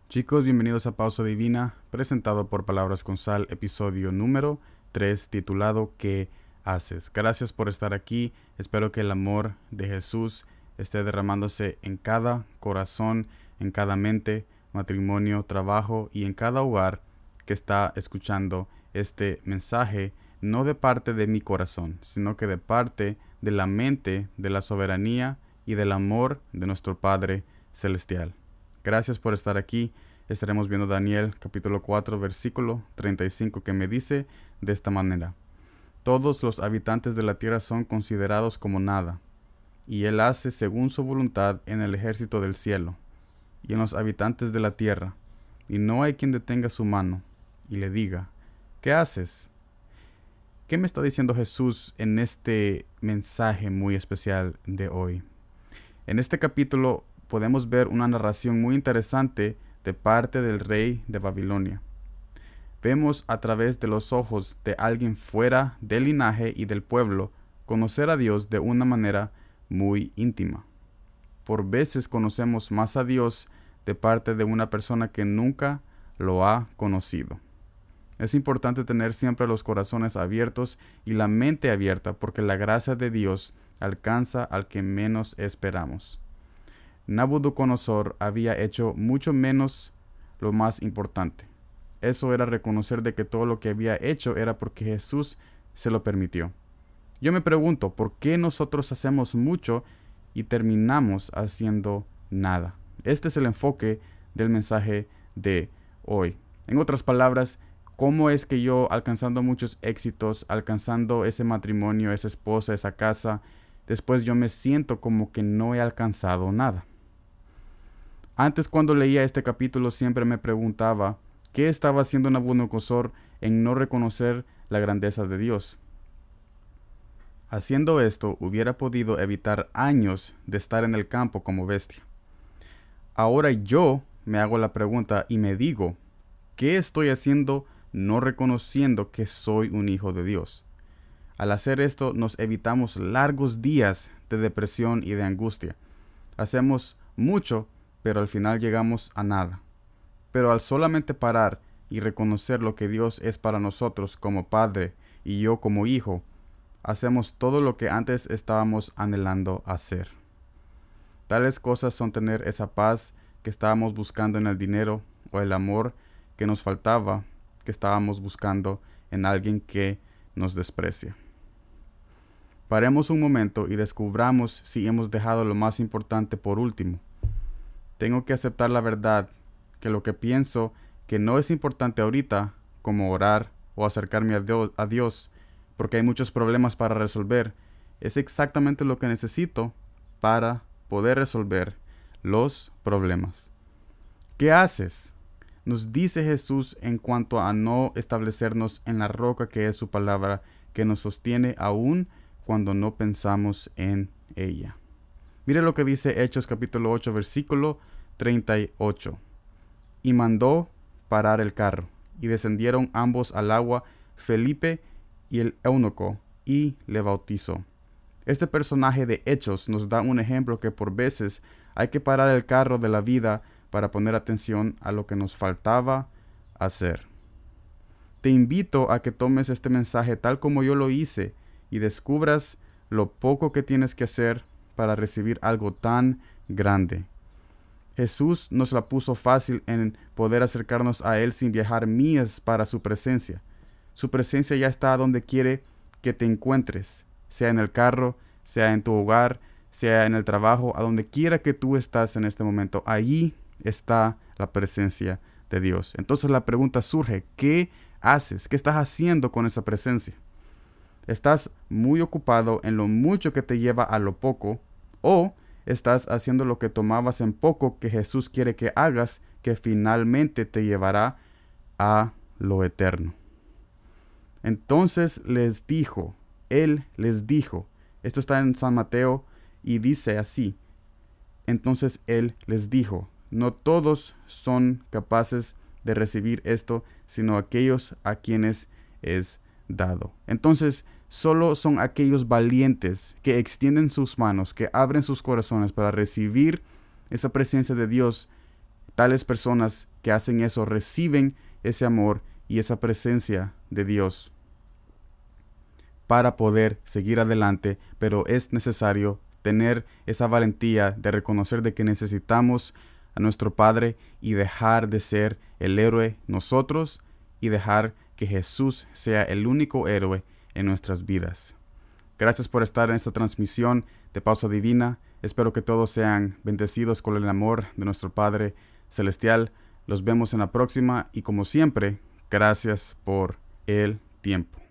Chicos, bienvenidos a Pausa Divina, presentado por Palabras con Sal, episodio número 3, titulado ¿Qué haces? Gracias por estar aquí. Espero que el amor de Jesús esté derramándose en cada corazón, en cada mente, matrimonio, trabajo y en cada hogar que está escuchando este mensaje, no de parte de mi corazón, sino que de parte de la mente, de la soberanía y del amor de nuestro Padre Celestial. Gracias por estar aquí. Estaremos viendo Daniel capítulo 4 versículo 35 que me dice de esta manera: todos los habitantes de la tierra son considerados como nada, y él hace según su voluntad en el ejército del cielo y en los habitantes de la tierra, y no hay quien detenga su mano y le diga: ¿qué haces? ¿Qué me está diciendo Jesús en este mensaje muy especial de hoy? En este capítulo podemos ver una narración muy interesante de parte del rey de Babilonia. Vemos a través de los ojos de alguien fuera del linaje y del pueblo conocer a Dios de una manera muy íntima. Por veces conocemos más a Dios de parte de una persona que nunca lo ha conocido. Es importante tener siempre los corazones abiertos y la mente abierta, porque la gracia de Dios alcanza al que menos esperamos. Nabucodonosor había hecho mucho menos lo más importante. Eso era reconocer de que todo lo que había hecho era porque Jesús se lo permitió. Yo me pregunto, ¿por qué nosotros hacemos mucho y terminamos haciendo nada? Este es el enfoque del mensaje de hoy. En otras palabras, ¿cómo es que yo, alcanzando muchos éxitos, alcanzando ese matrimonio, esa esposa, esa casa, después yo me siento como que no he alcanzado nada? Antes, cuando leía este capítulo, siempre me preguntaba qué estaba haciendo Nabucodonosor en no reconocer la grandeza de Dios. Haciendo esto, hubiera podido evitar años de estar en el campo como bestia. Ahora yo me hago la pregunta y me digo, ¿qué estoy haciendo no reconociendo que soy un hijo de Dios? Al hacer esto, nos evitamos largos días de depresión y de angustia. Hacemos mucho, pero al final llegamos a nada. Pero al solamente parar y reconocer lo que Dios es para nosotros como Padre y yo como Hijo, hacemos todo lo que antes estábamos anhelando hacer. Tales cosas son tener esa paz que estábamos buscando en el dinero, o el amor que nos faltaba, que estábamos buscando en alguien que nos desprecia. Paremos un momento y descubramos si hemos dejado lo más importante por último. Tengo que aceptar la verdad que lo que pienso que no es importante ahorita, como orar o acercarme a Dios, porque hay muchos problemas para resolver, es exactamente lo que necesito para poder resolver los problemas. ¿Qué haces? Nos dice Jesús en cuanto a no establecernos en la roca que es su palabra, que nos sostiene aún cuando no pensamos en ella. Mire lo que dice Hechos capítulo 8 versículo 38. Y mandó parar el carro, y descendieron ambos al agua, Felipe y el eunuco, y le bautizó. Este personaje de Hechos nos da un ejemplo que por veces hay que parar el carro de la vida para poner atención a lo que nos faltaba hacer. Te invito a que tomes este mensaje tal como yo lo hice y descubras lo poco que tienes que hacer para recibir algo tan grande. Jesús nos la puso fácil en poder acercarnos a Él sin viajar millas para su presencia. Su presencia ya está donde quiere que te encuentres, sea en el carro, sea en tu hogar, sea en el trabajo, a donde quiera que tú estás en este momento. Allí está la presencia de Dios. Entonces la pregunta surge, ¿qué haces? ¿Qué estás haciendo con esa presencia? ¿Estás muy ocupado en lo mucho que te lleva a lo poco? ¿O estás haciendo lo que tomabas en poco que Jesús quiere que hagas, que finalmente te llevará a lo eterno? Entonces Él les dijo, esto está en San Mateo y dice así, entonces Él les dijo, no todos son capaces de recibir esto, sino aquellos a quienes es dado. Entonces, solo son aquellos valientes que extienden sus manos, que abren sus corazones para recibir esa presencia de Dios, Tales personas que hacen eso reciben ese amor y esa presencia de Dios para poder seguir adelante, pero es necesario tener esa valentía de reconocer de que necesitamos a nuestro Padre y dejar de ser el héroe nosotros y dejar que Jesús sea el único héroe en nuestras vidas. Gracias por estar en esta transmisión de Pausa Divina. Espero que todos sean bendecidos con el amor de nuestro Padre Celestial. Los vemos en la próxima y como siempre, gracias por el tiempo.